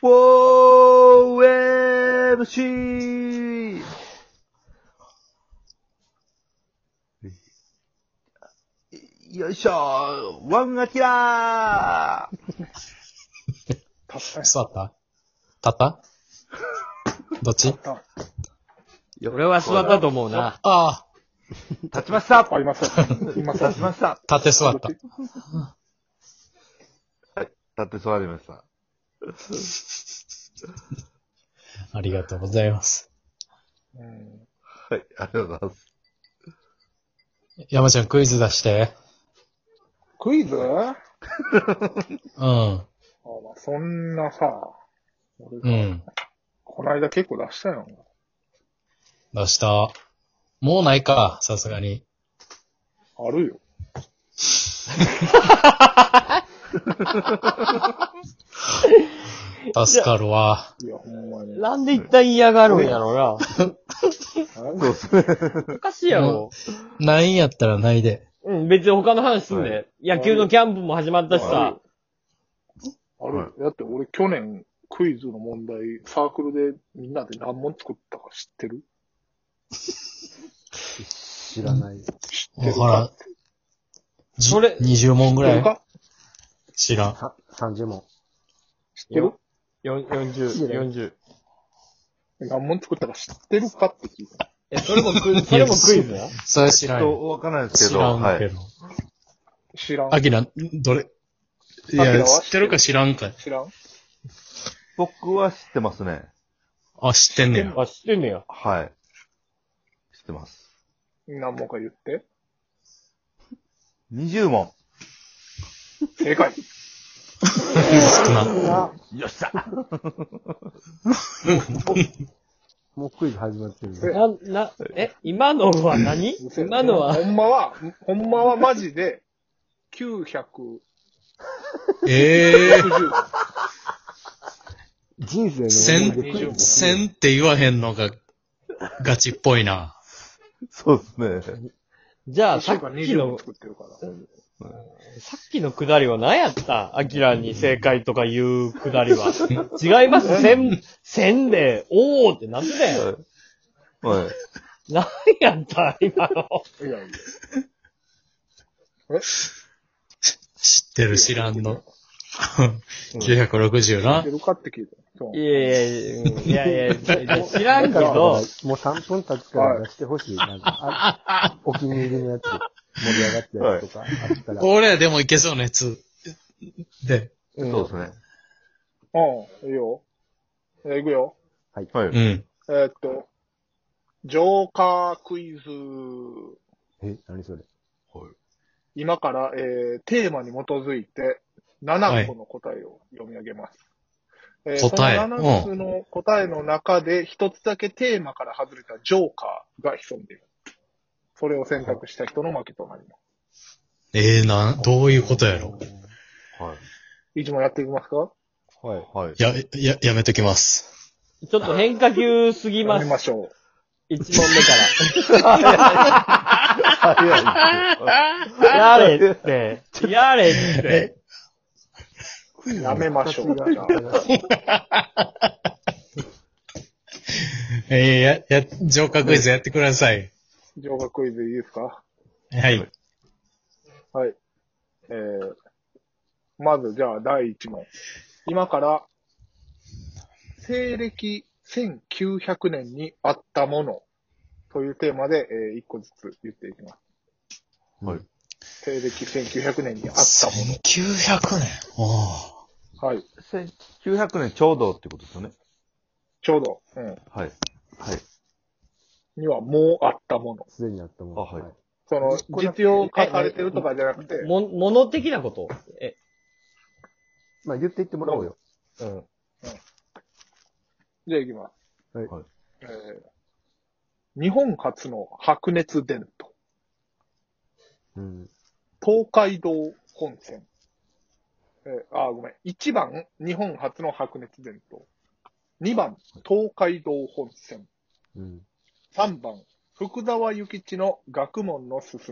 4MC! よいしょワンアキラー座った立ったどっち俺は座ったと思うな。 ああ、 立ちましたあります。今立ちました。 立って座った。 はい、立って座りました。 ありがとうございます。 うん、 はい、ありがとうございます。 山ちゃんクイズ出して。 クイズうん。 そんなさ、 うん。 こないだ結構出したよ。 出した。もうないか、さすがに。 あるよ。 助かるわ。 いや、ほんまに。 なんで一旦嫌がるんやろな。 そうっすね。 おかしいやろ。 ないんやったらないで。 うん、別に他の話すんで。野球のキャンプも始まったしさ。 あるよ。だって俺去年クイズの問題、サークルでみんなで何問作ったか知ってる？ 知らない。 知ってるほら、 それ 20問ぐらい知ってるか知らん。 30問。 知ってる 40。 何問作ったか知ってるかって聞いた。 それもクイズやそれ知らんよ。 わからないですけ知ど、 らんけど。 知らん。 アキラ、どれいや、 アキラは知ってるか知らんかい。 知らん？ 僕は知ってますね。 あ、知ってんねや。 あ、知ってんねや。 はい。知ってます。 何問か言って。 20問。 正解。 少な。 よっしゃもうクイズ始まってる。 今のは何？今のはほんまはマジで960。 ええ人生の千思い出クイズ。 千って言わへんのがガチっぽいな。 そうですね。 じゃあ、 1週間20問作ってるから。 さっきのくだりは何やったアキラに正解とか言うくだりは。違います。千で、おーってなんでだよ。 はい。 何やった今の。 いやいや。 知ってる知らんの。960な知って。るかって聞いた。そう。 いや、知らんけど、 もう3分経つから出してほしい。なんかお気に入りのやつ、盛り上がったやつとかあったら。 俺らでもいけそうなやつ。で。 そうですね。 うん、いいよ。いくよ。 はい。 うん。 ジョーカークイズ。 何それ。 今から、テーマに基づいて7個の答えを読み上げます。 答えその7つの答えの中で1つだけテーマから外れたジョーカーが潜んでいる。それを選択した人の負けとなります。 どういうことやろ。 はい。 一問やっていきますか？ はい。 やめときます。 ちょっと変化球すぎやます。 りましょう。 1問目から。やれって。 やめましょう。じゃあ浄化クイズやってください。 ジョーカークイズいいですか？ はい。 はい。まず、じゃあ、第1問。今から、西暦1900年にあったものというテーマで、1個ずつ言っていきます。 はい。 西暦1900年にあったもの。 1900年。 はい。 1900年ちょうどってことですよね。 ちょうど、 はい。はい。 にはもうあったもの。 すでにあったもの。 あはいその、実用化されてるとかじゃなくて、 物的なことまあ言っていってもらおうよ。 じゃあ行きます。 はい。 日本初の白熱電灯。 うん。 東海道本線。ごめん。1番、日本初の白熱電灯。2番、東海道本線。 うん。 3番、福沢諭吉の学問のす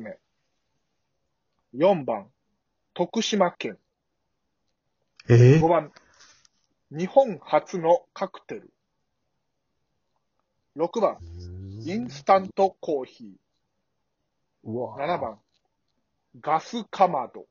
すめ。4番、徳島県。5番、 日本初のカクテル。6番、インスタントコーヒうわー。7番、ガスかまど。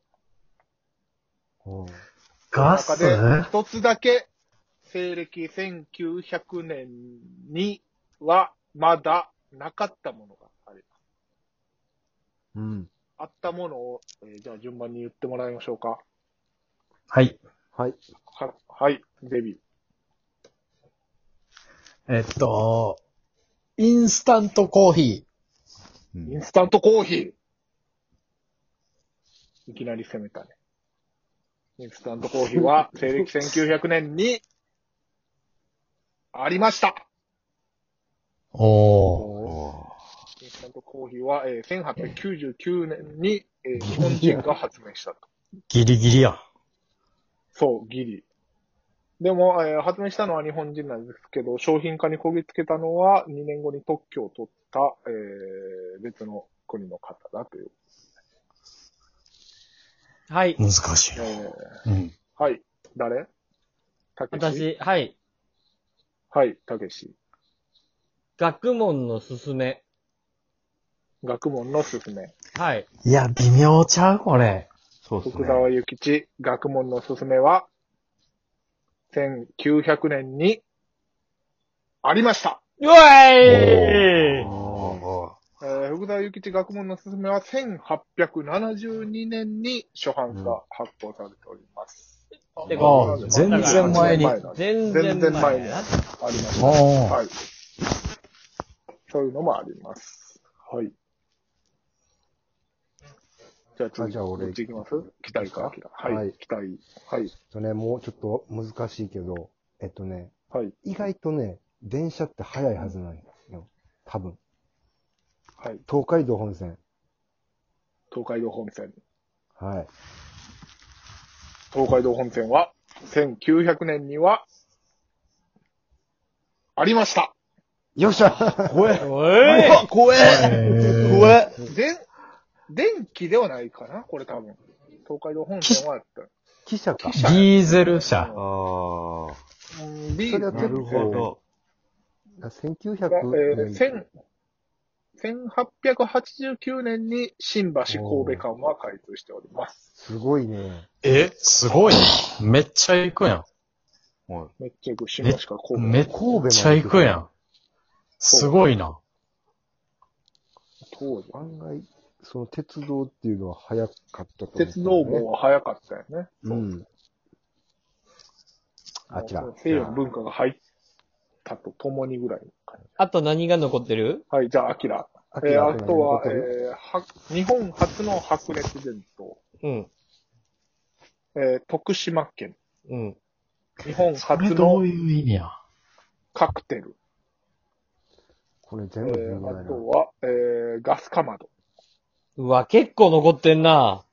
ガ中で一つだけ、西暦1900年にはまだなかったものがあります。 うん。 あったものを、じゃあ順番に言ってもらいましょうか。 はい。 はい。 はい、デビュインスタントコーヒー。インスタントコーヒー。いきなり攻めたね。インスタントコーヒーは西暦1900年にありました。 ー。おー。 インスタントコーヒーは、1899年に、日本人が発明したと。 ギリギリや。 そう、ギリ。でも、発明したのは日本人なんですけど、商品化にこぎつけたのは2年後に特許を取った、別の国の方だという。 はい。 難しいな。うん。 はい。誰？たけし。 私、はい。 はい、たけし。 学問のすすめ。 学問のすすめ。 はい。 いや、微妙ちゃうこれ。 そうですね。 福沢諭吉、学問のすすめは、1900年にありました。 うわーい福沢諭吉学問のすすめは1872年に初版が発行されております。 ってこと全然前に。 全全然前にやな。 ありました。 おー。 はい。そういうのもあります。はい。じゃあ次、 じゃあ俺どっち行きます期待かはい。 はい期待。はい。 もうちょっと難しいけど、 はい。 意外とね、電車って早いはずなんよ。多分。 はい。 東海道本線。 東海道本線。 はい。 東海道本線は、1900年には、ありました。 よっしゃ怖え。 おい怖え。怖え。 電気ではないかなこれ多分。東海道本線はあった。 汽車か。 ディーゼル車。 ああ。 ビそれはなるほど。 1900年。 1889年に新橋神戸間は開通しております。 すごいね。 すごい。めっちゃ行くやめっちゃ行く。新橋から神戸。 ん。めっちゃ行くやん。すごいな。 当時。 案外、その鉄道っていうのは早かったと思う、 鉄道網は早かったよね。 うん。あちら。 西洋の文化が入ったとともにぐらいの感じ。 あと何が残ってる？ はい、じゃあ、アキラ。あとは、日本初の白熱伝統。 うん。 徳島県。 うん。 日本それ初のどういう意味や。 カクテル。 これ全部微妙あだな。 とは、ガスかまど。 うわ、結構残ってんな。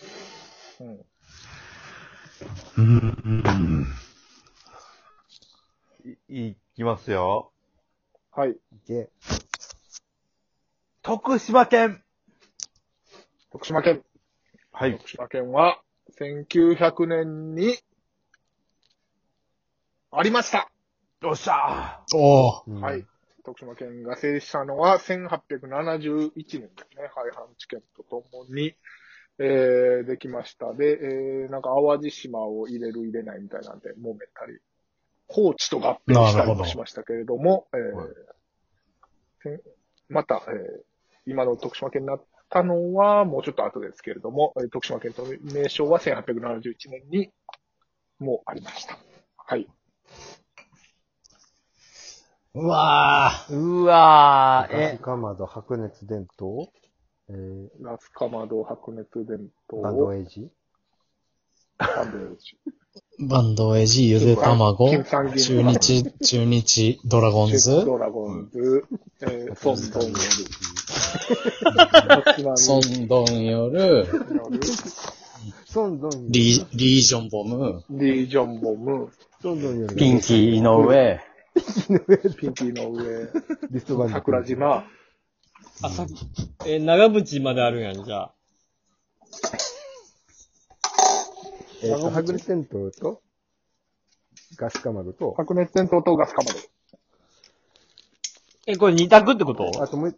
うん。 うん。 いきますよ。 はい。 で、 徳島県。 徳島県。 はい。 徳島県は、1900年に、ありました。 よっしゃおー。 うんはい。徳島県が制したのは1871年ですね。廃藩置県とともに、できました。で、なんか淡路島を入れる入れないみたいなんで揉めたり、高知と合併したりもしましたけれども、また、今の徳島県になったのはもうちょっと後ですけれども、徳島県と名称は1871年にもうありました。はい。 うわうわー、 ガスかまど白熱伝統、 ガスかまど白熱伝統バンドエイジバンドエイジ。 バンドエジ、ゆで卵、 金さん銀中日ドラゴンズ、 ドラゴンズ、ソンドンソンドンヨル、 ソンドンリージョンボム、 リージョンボム、 ソンドンよりピンキー井上。 ピンキーの上、 リストバンド。 桜島、 長渕まであるやん、じゃあ。 白熱伝統と、 ガスかまどと、 白熱戦闘とガスかまど。 これ二択ってことあともう、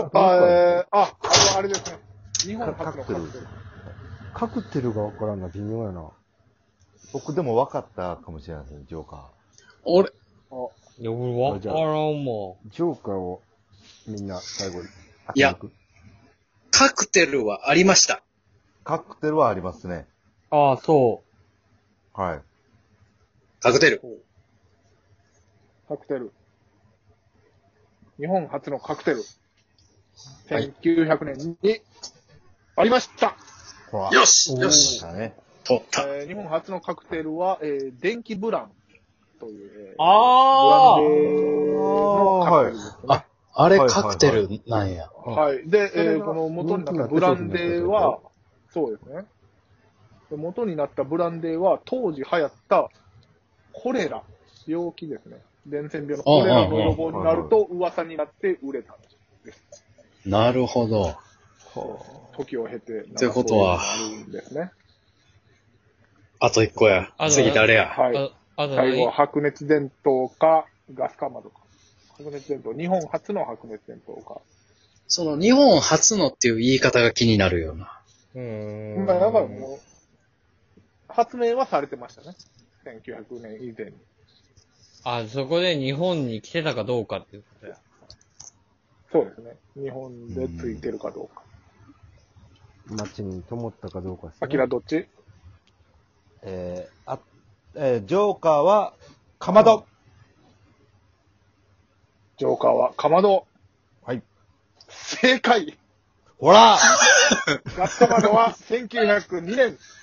あれですね。日本初のカクテル。 カクテルがわからんな、微妙やな。 僕でも分かったかもしれないですね、ジョーカ俺、 いや、俺わからんもジョーカーをみんな最後に。 いやカクテルはありました。 ー。カクテルはありますね。 ん。ああ、そはい。 カクテル。 カクテル。日本初のカクテル。 はい 1900年にありました。 ほら。 よしよしね。 取った。 日本初のカクテルは、電気ブランという、 あーブランデーのカクテルですね。 あ、あれはいカクテルなんや。 はい。で、この元になったブランデーは、そうですね。で元になったブランデーは、当時流行ったコレラ、病気ですね。伝染病のコレラの予防になると噂になって売れたんです。 なるほど。 時を経て、 ということはあるんですね。 あと一個や。次誰や。 はい。 あと最後は白熱伝統か、ガスかまどか。白熱伝統、日本初の白熱伝統か。 その日本初のっていう言い方が気になるよな。 まあ、だからもう、発明はされてましたね。1900年以前に。 あ、そこで日本に来てたかどうかっていうことや。 そうですね。日本でついてるかどうか。 街に灯ったかどうかですね。 アキラどっち？ ジョーカーは、かまど。 ジョーカーはかまど。 はい。 正解。 ほらガスかまどは1902年。